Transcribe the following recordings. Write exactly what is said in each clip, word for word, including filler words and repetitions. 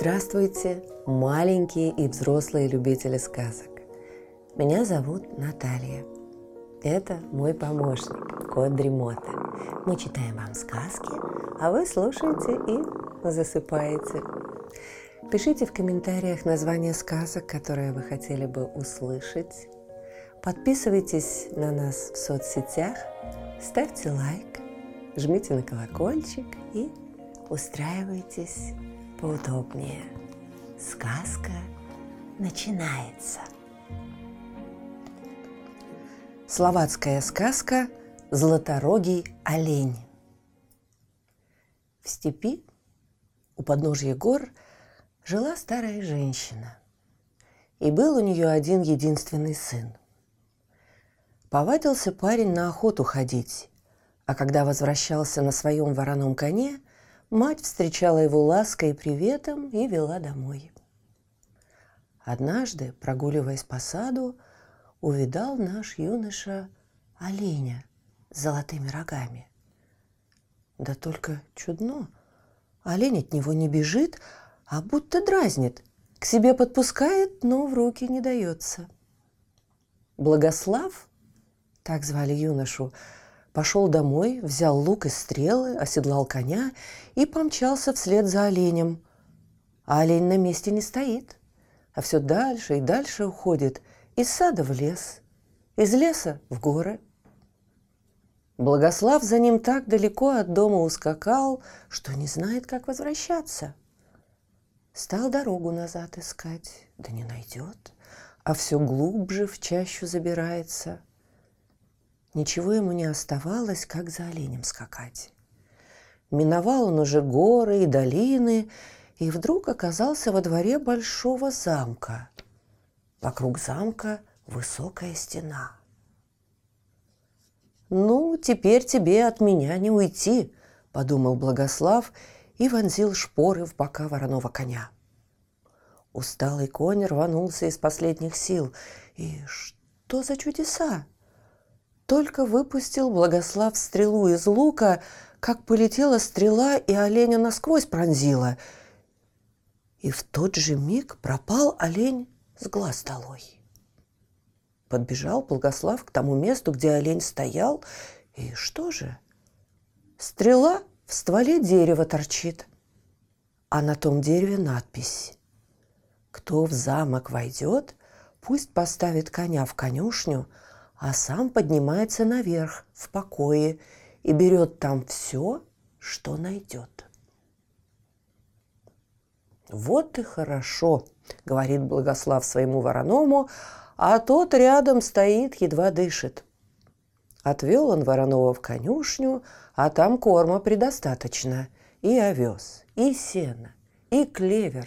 Здравствуйте, маленькие и взрослые любители сказок. Меня зовут Наталья. Это мой помощник, кот Дремота. Мы читаем вам сказки, а вы слушаете и засыпаете. Пишите в комментариях названия сказок, которые вы хотели бы услышать. Подписывайтесь на нас в соцсетях, ставьте лайк, жмите на колокольчик и устраивайтесь поудобнее. Сказка начинается. Словацкая сказка «Златорогий олень». В степи у подножья гор жила старая женщина, и был у нее один единственный сын. Повадился парень на охоту ходить, а когда возвращался на своем вороном коне, мать встречала его лаской и приветом и вела домой. Однажды, прогуливаясь по саду, увидал наш юноша оленя с золотыми рогами. Да только чудно, олень от него не бежит, а будто дразнит, к себе подпускает, но в руки не дается. Благослав, так звали юношу, пошел домой, взял лук и стрелы, оседлал коня и помчался вслед за оленем. А олень на месте не стоит, а все дальше и дальше уходит из сада в лес, из леса в горы. Благослав за ним так далеко от дома ускакал, что не знает, как возвращаться. Стал дорогу назад искать, да не найдет, а все глубже в чащу забирается. Ничего ему не оставалось, как за оленем скакать. Миновал он уже горы и долины, и вдруг оказался во дворе большого замка. Вокруг замка высокая стена. «Ну, теперь тебе от меня не уйти», — подумал Благослав и вонзил шпоры в бока вороного коня. Усталый конь рванулся из последних сил. И что за чудеса? Только выпустил Благослав стрелу из лука, как полетела стрела и оленя насквозь пронзила. И в тот же миг пропал олень с глаз долой. Подбежал Благослав к тому месту, где олень стоял, и что же? Стрела в стволе дерева торчит, а на том дереве надпись: «Кто в замок войдет, пусть поставит коня в конюшню, а сам поднимается наверх в покое и берет там все, что найдет». «Вот и хорошо», — говорит Благослав своему вороному, а тот рядом стоит, едва дышит. Отвел он вороного в конюшню, а там корма предостаточно, и овес, и сено, и клевер.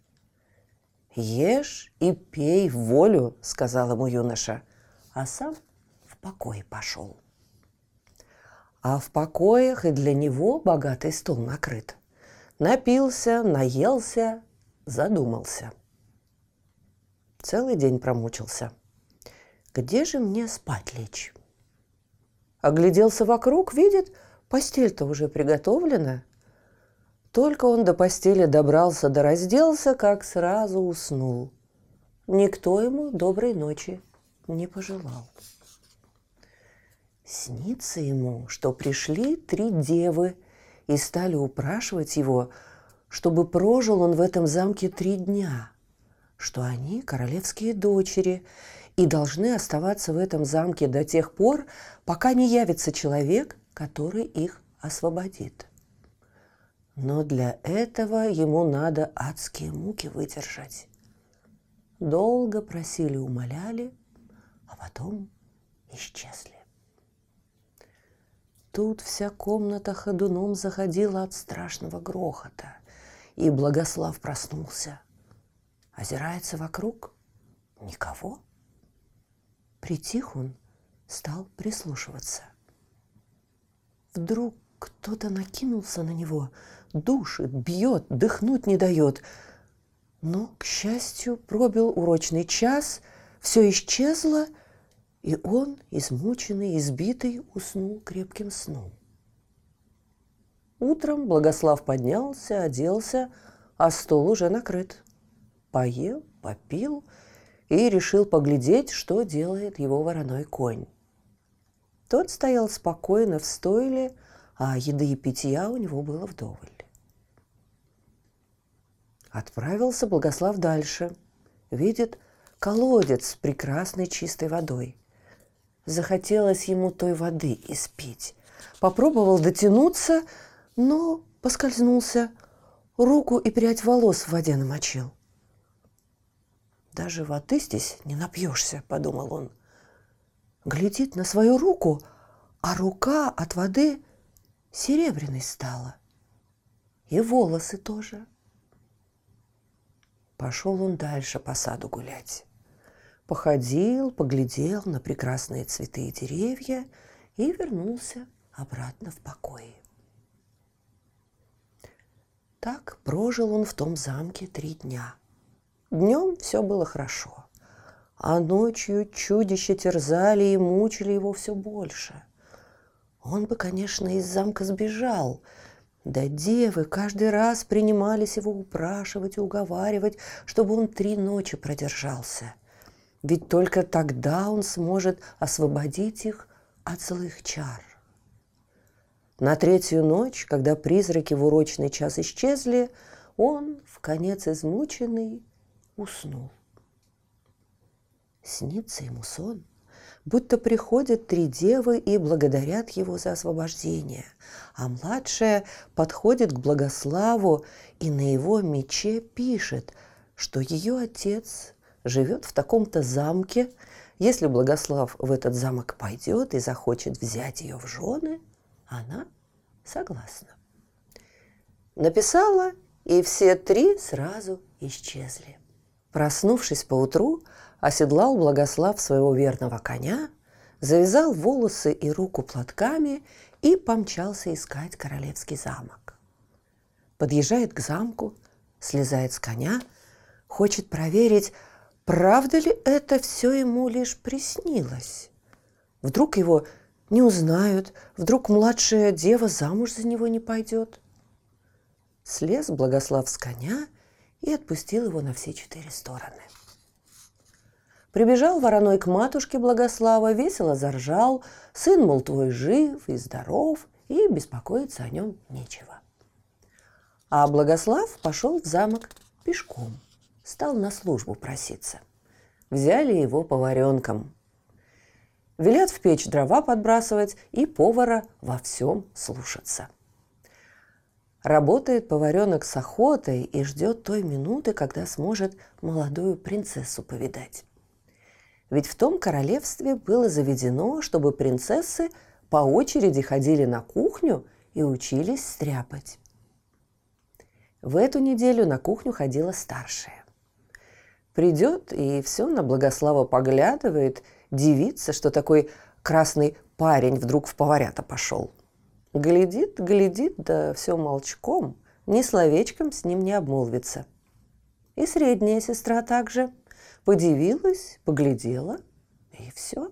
«Ешь и пей в волю», — сказал ему юноша, а сам в покой пошел. А в покоях и для него богатый стол накрыт. Напился, наелся, задумался. Целый день промучился. Где же мне спать лечь? Огляделся вокруг, видит, постель-то уже приготовлена. Только он до постели добрался да разделся, как сразу уснул. Никто ему доброй ночи не пожелал. Снится ему, что пришли три девы и стали упрашивать его, чтобы прожил он в этом замке три дня, что они королевские дочери и должны оставаться в этом замке до тех пор, пока не явится человек, который их освободит. Но для этого ему надо адские муки выдержать. Долго просили, умоляли, а потом исчезли. Тут вся комната ходуном заходила от страшного грохота, и Благослав проснулся. Озирается вокруг — никого. Притих он, стал прислушиваться. Вдруг кто-то накинулся на него, душит, бьет, дыхнуть не дает. Но, к счастью, пробил урочный час, все исчезло, и он, измученный, избитый, уснул крепким сном. Утром Благослав поднялся, оделся, а стол уже накрыт. Поел, попил и решил поглядеть, что делает его вороной конь. Тот стоял спокойно в стойле, а еды и питья у него было вдоволь. Отправился Благослав дальше. Видит колодец с прекрасной чистой водой. Захотелось ему той воды испить. Попробовал дотянуться, но поскользнулся, руку и прядь волос в воде намочил. «Даже воды здесь не напьешься», — подумал он. Глядит на свою руку, а рука от воды серебряной стала. И волосы тоже. Пошел он дальше по саду гулять. Походил, поглядел на прекрасные цветы и деревья и вернулся обратно в покое. Так прожил он в том замке три дня. Днем все было хорошо, а ночью чудища терзали и мучили его все больше. Он бы, конечно, из замка сбежал, да девы каждый раз принимались его упрашивать и уговаривать, чтобы он три ночи продержался. Ведь только тогда он сможет освободить их от злых чар. На третью ночь, когда призраки в урочный час исчезли, он, вконец измученный, уснул. Снится ему сон, будто приходят три девы и благодарят его за освобождение, а младшая подходит к Благославу и на его мече пишет, что ее отец живет в таком-то замке. Если Благослав в этот замок пойдет и захочет взять ее в жены, она согласна. Написала, и все три сразу исчезли. Проснувшись поутру, оседлал Благослав своего верного коня, завязал волосы и руку платками и помчался искать королевский замок. Подъезжает к замку, слезает с коня, хочет проверить, правда ли это все ему лишь приснилось. Вдруг его не узнают, вдруг младшая дева замуж за него не пойдет. Слез Благослав с коня и отпустил его на все четыре стороны. Прибежал вороной к матушке Благослава, весело заржал, сын, мол, твой жив и здоров, и беспокоиться о нем нечего. А Благослав пошел в замок пешком, стал на службу проситься. Взяли его поваренком. Велят в печь дрова подбрасывать и повара во всем слушаться. Работает поваренок с охотой и ждет той минуты, когда сможет молодую принцессу повидать. Ведь в том королевстве было заведено, чтобы принцессы по очереди ходили на кухню и учились стряпать. В эту неделю на кухню ходила старшая. Придет и все на Благослава поглядывает, дивится, что такой красный парень вдруг в поварята пошел. Глядит, глядит, да все молчком, ни словечком с ним не обмолвится. И средняя сестра также подивилась, поглядела, и все.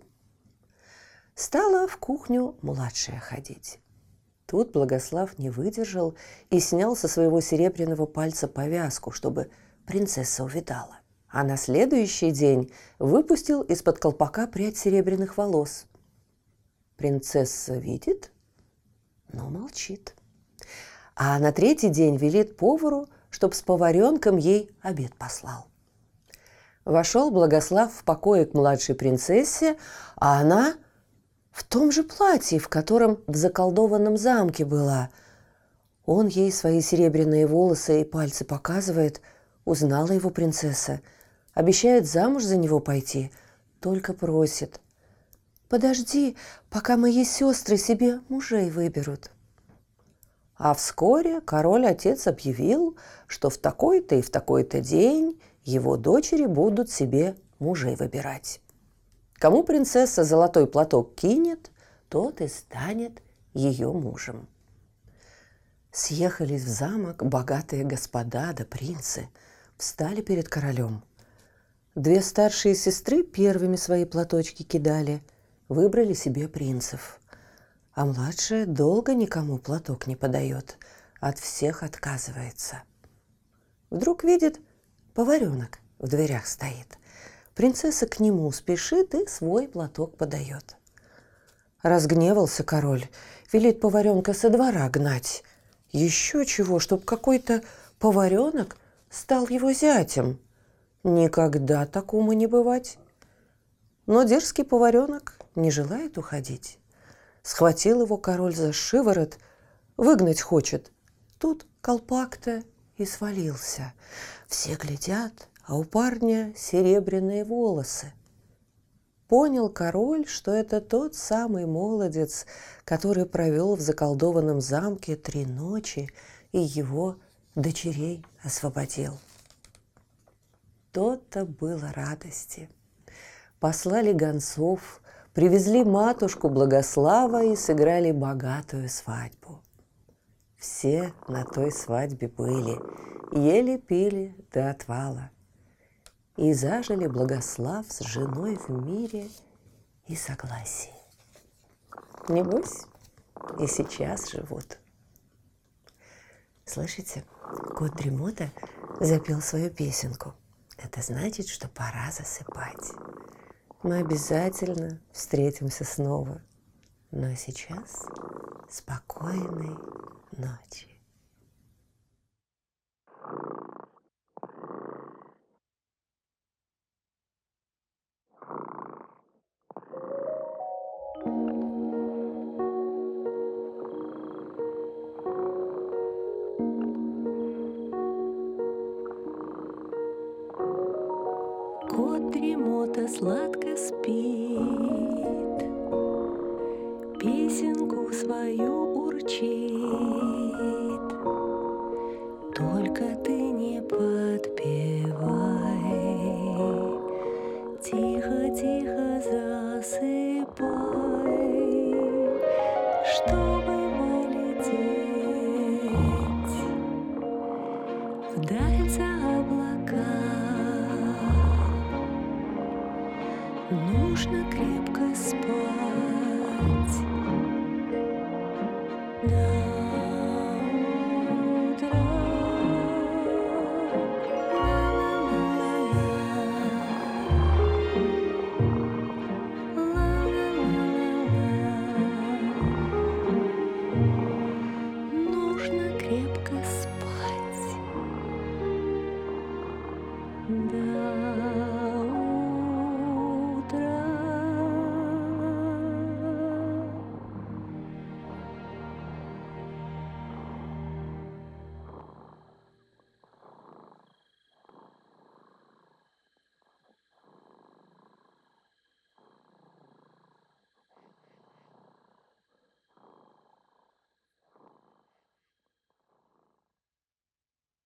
Стала в кухню младшая ходить. Тут Благослав не выдержал и снял со своего серебряного пальца повязку, чтобы принцесса увидала. А на следующий день выпустил из-под колпака прядь серебряных волос. Принцесса видит, но молчит. А на третий день велит повару, чтоб с поваренком ей обед послал. Вошел Благослав в покое к младшей принцессе, а она в том же платье, в котором в заколдованном замке была. Он ей свои серебряные волосы и пальцы показывает. Узнала его принцесса. Обещает замуж за него пойти, только просит: подожди, пока мои сестры себе мужей выберут. А вскоре король-отец объявил, что в такой-то и в такой-то день его дочери будут себе мужей выбирать. Кому принцесса золотой платок кинет, тот и станет ее мужем. Съехались в замок богатые господа да принцы, встали перед королем. Две старшие сестры первыми свои платочки кидали, выбрали себе принцев. А младшая долго никому платок не подает, от всех отказывается. Вдруг видит, поваренок в дверях стоит. Принцесса к нему спешит и свой платок подает. Разгневался король, велит поваренка со двора гнать. Еще чего, чтоб какой-то поваренок стал его зятем. Никогда такому не бывать. Но дерзкий поваренок не желает уходить. Схватил его король за шиворот, выгнать хочет. Тут колпак-то и свалился. Все глядят, а у парня серебряные волосы. Понял король, что это тот самый молодец, который провел в заколдованном замке три ночи и его дочерей освободил. То-то было радости. Послали гонцов, привезли матушку Благослава и сыграли богатую свадьбу. Все на той свадьбе были, ели-пили до отвала. И зажили Благослав с женой в мире и согласии. Небось, и сейчас живут. Слышите, кот Дремота запел свою песенку. Это значит, что пора засыпать. Мы обязательно встретимся снова. Но сейчас спокойной ночи. Кот Дремота сладко спит, песенку свою урчит. Только ты не подпевай, тихо-тихо засыпай, чтобы полететь вдаль за облака. Нужно крепко спать. Да.